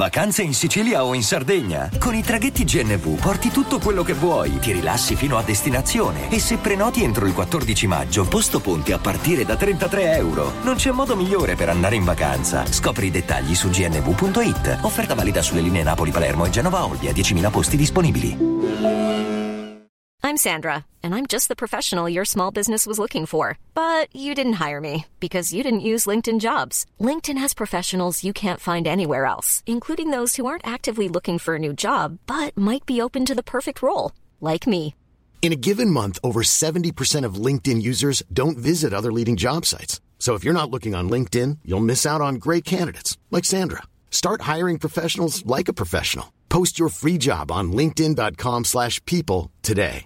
Vacanze in Sicilia o in Sardegna? Con i traghetti GNV porti tutto quello che vuoi, ti rilassi fino a destinazione e se prenoti entro il 14 maggio, posto ponti a partire da €33. Non c'è modo migliore per andare in vacanza. Scopri i dettagli su gnv.it. Offerta valida sulle linee Napoli-Palermo e Genova-Olbia, 10.000 posti disponibili. I'm Sandra, and I'm just the professional your small business was looking for. But you didn't hire me because you didn't use LinkedIn Jobs. LinkedIn has professionals you can't find anywhere else, including those who aren't actively looking for a new job, but might be open to the perfect role, like me. In a given month, over 70% of LinkedIn users don't visit other leading job sites. So if you're not looking on LinkedIn, you'll miss out on great candidates, like Sandra. Start hiring professionals like a professional. Post your free job on linkedin.com/people today.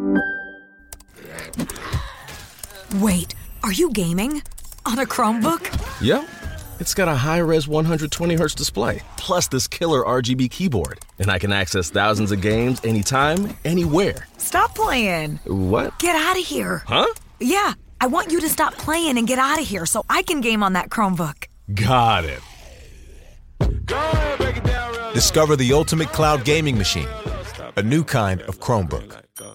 Wait, are you gaming? On a Chromebook? Yep. It's got a high-res 120Hz display, plus this killer RGB keyboard. And I can access thousands of games anytime, anywhere. Stop playing. What? Get out of here. Huh? Yeah, I want you to stop playing and get out of here so I can game on that Chromebook. Got it. Discover the ultimate cloud gaming machine, a new kind of Chromebook.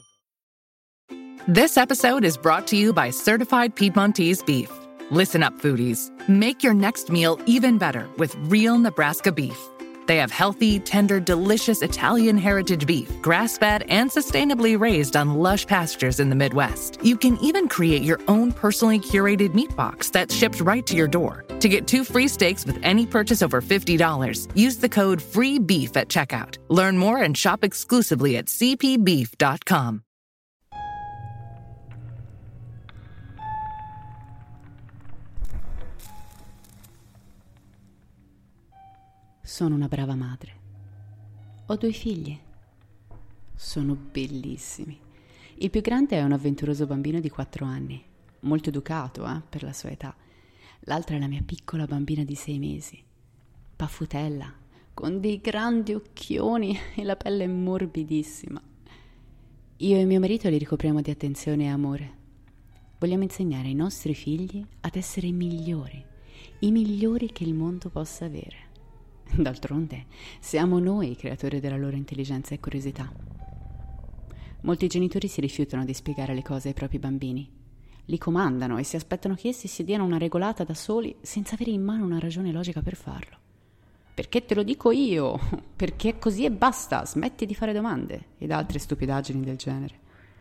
This episode is brought to you by Certified Piedmontese Beef. Listen up, foodies. Make your next meal even better with real Nebraska beef. They have healthy, tender, delicious Italian heritage beef, grass-fed and sustainably raised on lush pastures in the Midwest. You can even create your own personally curated meat box that's shipped right to your door. To get 2 free steaks with any purchase over $50, use the code FREEBEEF at checkout. Learn more and shop exclusively at cpbeef.com. Sono una brava madre. Ho 2 figli. Sono bellissimi. Il più grande è un avventuroso bambino di 4 anni, molto educato, per la sua età. L'altra è la mia piccola bambina di 6 mesi, paffutella, con dei grandi occhioni e la pelle morbidissima. Io e mio marito li ricopriamo di attenzione e amore. Vogliamo insegnare ai nostri figli ad essere i migliori che il mondo possa avere. D'altronde, siamo noi i creatori della loro intelligenza e curiosità. Molti genitori si rifiutano di spiegare le cose ai propri bambini. Li comandano e si aspettano che essi si diano una regolata da soli senza avere in mano una ragione logica per farlo. Perché te lo dico io? Perché è così e basta, smetti di fare domande ed altre stupidaggini del genere.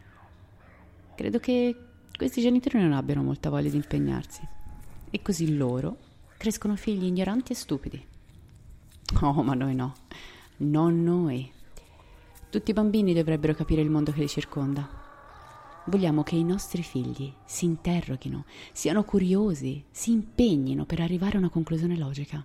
Credo che questi genitori non abbiano molta voglia di impegnarsi e così loro crescono figli ignoranti e stupidi. Oh, ma noi no, non noi. Tutti i bambini dovrebbero capire il mondo che li circonda. Vogliamo che i nostri figli si interroghino, siano curiosi, si impegnino per arrivare a una conclusione logica.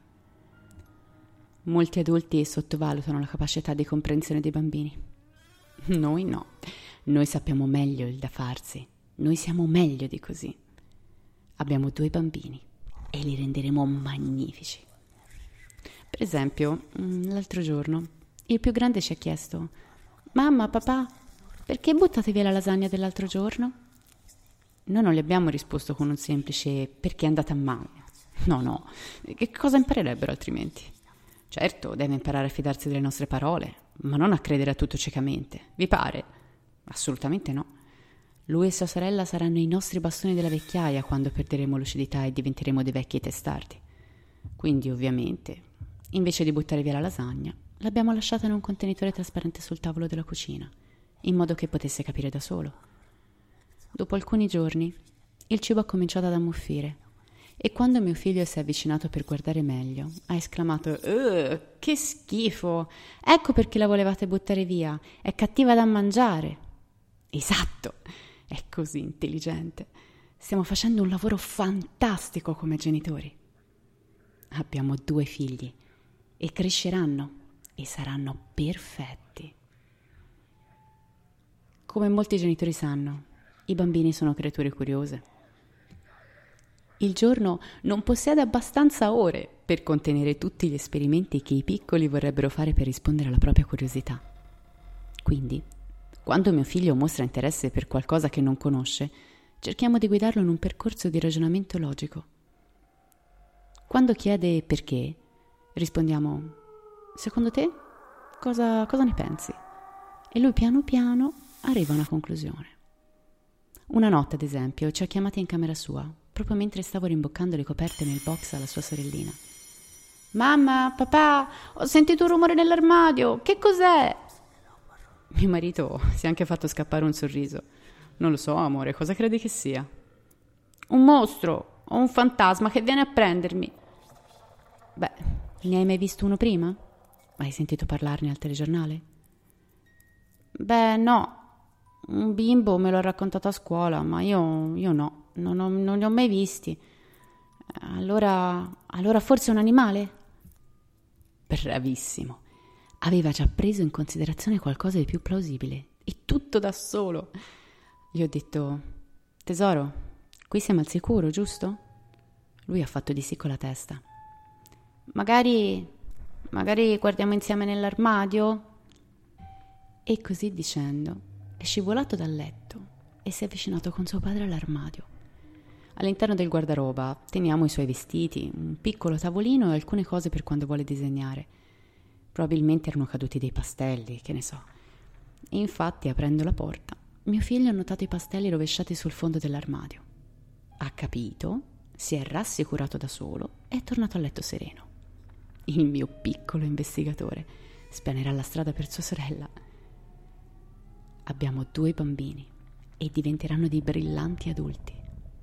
Molti adulti sottovalutano la capacità di comprensione dei bambini. Noi no, noi sappiamo meglio il da farsi, noi siamo meglio di così. Abbiamo 2 bambini e li renderemo magnifici. Per esempio, l'altro giorno, il più grande ci ha chiesto: «Mamma, papà, perché buttate via la lasagna dell'altro giorno?» Noi non gli abbiamo risposto con un semplice «perché è andata male». No, che cosa imparerebbero altrimenti? Certo, deve imparare a fidarsi delle nostre parole, ma non a credere a tutto ciecamente. Vi pare? Assolutamente no. Lui e sua sorella saranno i nostri bastoni della vecchiaia quando perderemo lucidità e diventeremo dei vecchi testardi. Quindi, ovviamente, invece di buttare via la lasagna, l'abbiamo lasciata in un contenitore trasparente sul tavolo della cucina, in modo che potesse capire da solo. Dopo alcuni giorni, il cibo ha cominciato ad ammuffire e quando mio figlio si è avvicinato per guardare meglio, ha esclamato: che schifo! Ecco perché la volevate buttare via, è cattiva da mangiare. Esatto, è così intelligente. Stiamo facendo un lavoro fantastico come genitori. Abbiamo 2 figli e cresceranno e saranno perfetti. Come molti genitori sanno, i bambini sono creature curiose. Il giorno non possiede abbastanza ore per contenere tutti gli esperimenti che i piccoli vorrebbero fare per rispondere alla propria curiosità. Quindi, quando mio figlio mostra interesse per qualcosa che non conosce, cerchiamo di guidarlo in un percorso di ragionamento logico. Quando chiede perché, rispondiamo: Secondo te cosa ne pensi? E lui piano piano arriva a una conclusione. Una notte, ad esempio, ci ha chiamati in camera sua, proprio mentre stavo rimboccando le coperte nel box alla sua sorellina. Mamma, papà, ho sentito un rumore nell'armadio, che cos'è? Mio marito si è anche fatto scappare un sorriso. Non lo so, amore, cosa credi che sia? Un mostro o un fantasma che viene a prendermi. Beh, ne hai mai visto uno prima? Hai sentito parlarne al telegiornale? Beh, no. Un bimbo me l'ha raccontato a scuola, ma io no, non li ho mai visti. Allora forse un animale? Bravissimo. Aveva già preso in considerazione qualcosa di più plausibile, e tutto da solo. Gli ho detto: tesoro, qui siamo al sicuro, giusto? Lui ha fatto di sì con la testa. Magari guardiamo insieme nell'armadio? E così dicendo è scivolato dal letto e si è avvicinato con suo padre all'armadio. All'interno del guardaroba teniamo i suoi vestiti, un piccolo tavolino e alcune cose per quando vuole disegnare. Probabilmente erano caduti dei pastelli, che ne so. E infatti, aprendo la porta, mio figlio ha notato i pastelli rovesciati sul fondo dell'armadio. Ha capito, si è rassicurato da solo e è tornato a letto sereno. Il mio piccolo investigatore spianerà la strada per sua sorella. Abbiamo 2 bambini e diventeranno dei brillanti adulti.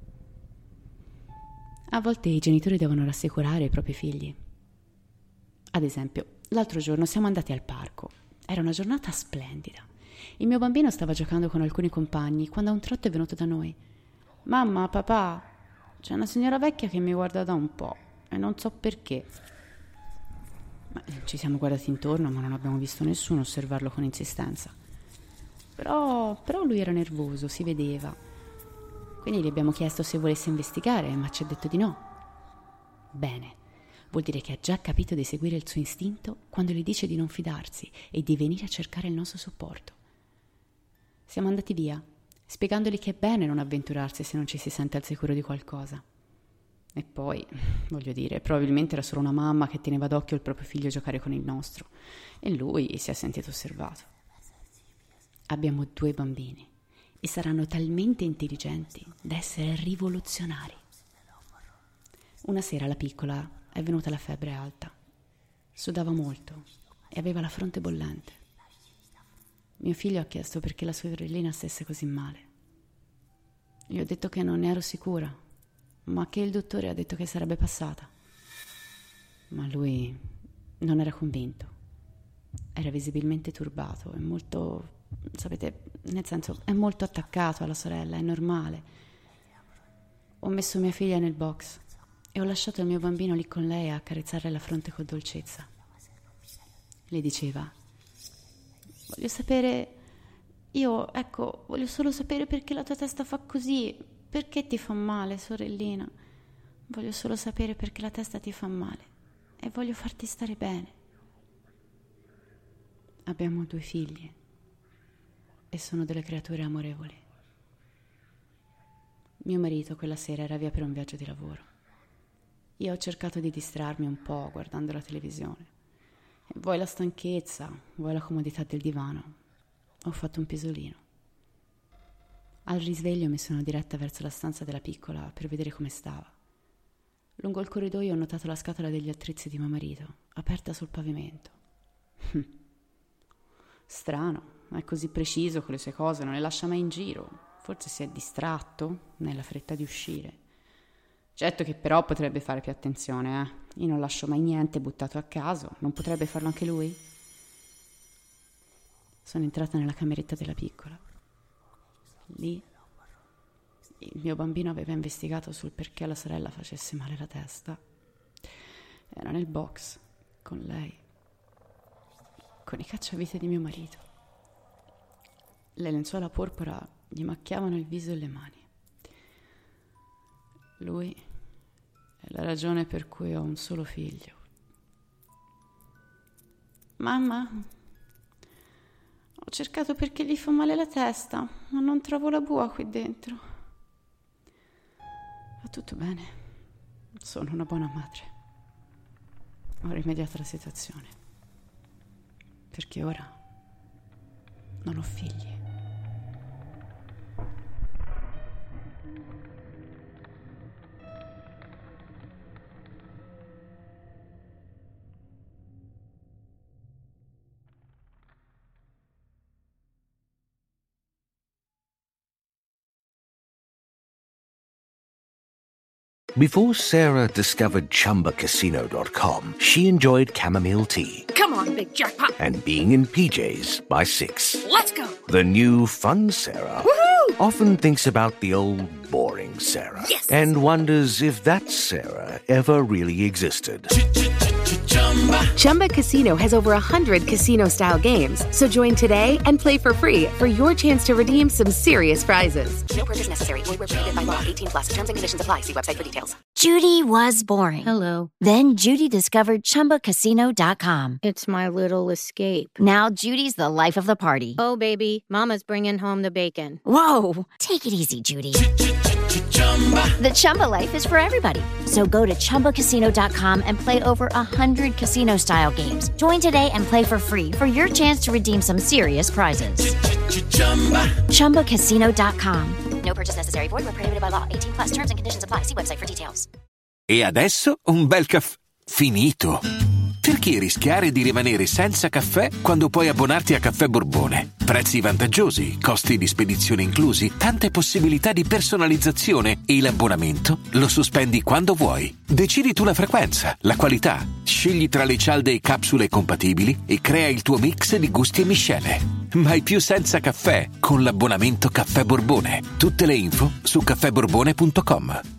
A volte i genitori devono rassicurare i propri figli. Ad esempio, l'altro giorno siamo andati al parco. Era una giornata splendida. Il mio bambino stava giocando con alcuni compagni quando a un tratto è venuto da noi. Mamma, papà, c'è una signora vecchia che mi guarda da un po' e non so perché. Ma ci siamo guardati intorno, ma non abbiamo visto nessuno osservarlo con insistenza. Però lui era nervoso, si vedeva. Quindi gli abbiamo chiesto se volesse investigare, ma ci ha detto di no. Bene, vuol dire che ha già capito di seguire il suo istinto quando gli dice di non fidarsi e di venire a cercare il nostro supporto. Siamo andati via, spiegandogli che è bene non avventurarsi se non ci si sente al sicuro di qualcosa. E poi, voglio dire, probabilmente era solo una mamma che teneva d'occhio il proprio figlio giocare con il nostro e lui si è sentito osservato. Abbiamo 2 bambini e saranno talmente intelligenti da essere rivoluzionari. Una sera la piccola è venuta la febbre alta. Sudava molto e aveva la fronte bollente. Mio figlio ha chiesto perché la sua sorellina stesse così male. Gli ho detto che non ne ero sicura, ma che il dottore ha detto che sarebbe passata. Ma lui non era convinto. Era visibilmente turbato e molto, sapete, nel senso, è molto attaccato alla sorella, è normale. Ho messo mia figlia nel box e ho lasciato il mio bambino lì con lei a accarezzarle la fronte con dolcezza. Le diceva: voglio sapere, voglio solo sapere perché la tua testa fa così, perché ti fa male, sorellina. Voglio solo sapere perché la testa ti fa male e voglio farti stare bene. Abbiamo 2 figli e sono delle creature amorevoli. Mio marito quella sera era via per un viaggio di lavoro. Io ho cercato di distrarmi un po' guardando la televisione. E vuoi la stanchezza, vuoi la comodità del divano. Ho fatto un pisolino. Al risveglio mi sono diretta verso la stanza della piccola per vedere come stava. Lungo il corridoio ho notato la scatola degli attrezzi di mio marito, aperta sul pavimento. Strano, è così preciso con le sue cose, non le lascia mai in giro. Forse si è distratto nella fretta di uscire. Certo che però potrebbe fare più attenzione, Io non lascio mai niente buttato a caso, non potrebbe farlo anche lui? Sono entrata nella cameretta della piccola. Lì il mio bambino aveva investigato sul perché alla sorella facesse male la testa. Era nel box con lei, con i cacciavite di mio marito. Le lenzuola porpora gli macchiavano il viso e le mani. Lui è la ragione per cui ho un solo figlio. Mamma, ho cercato perché gli fa male la testa, ma non trovo la bua qui dentro. Va tutto bene, sono una buona madre. Ho rimediato la situazione. perché ora non ho figli. Before Sarah discovered ChumbaCasino.com, she enjoyed chamomile tea. Come on, big jackpot. And being in PJs by 6. Let's go. The new fun Sarah Woohoo! often thinks about the old boring Sarah. Yes. And wonders if that Sarah ever really existed. Chumba Casino has over 100 casino-style games. So join today and play for free for your chance to redeem some serious prizes. No purchase necessary. Void where prohibited by law. 18+. Terms and conditions apply. See website for details. Judy was boring. Hello. Then Judy discovered ChumbaCasino.com. It's my little escape. Now Judy's the life of the party. Oh, baby, mama's bringing home the bacon. Whoa, take it easy, Judy. The Chumba life is for everybody. So go to ChumbaCasino.com and play over 100 casino-style games. Join today and play for free for your chance to redeem some serious prizes. ChumbaCasino.com. No purchase necessary. Void where prohibited by law. 18+. Terms and conditions apply. See website for details. E adesso un bel caffè finito. Perché rischiare di rimanere senza caffè quando puoi abbonarti a Caffè Borbone? Prezzi vantaggiosi, costi di spedizione inclusi, tante possibilità di personalizzazione e l'abbonamento lo sospendi quando vuoi. Decidi tu la frequenza, la qualità, scegli tra le cialde e capsule compatibili e crea il tuo mix di gusti e miscele. Mai più senza caffè con l'abbonamento Caffè Borbone. Tutte le info su caffèborbone.com.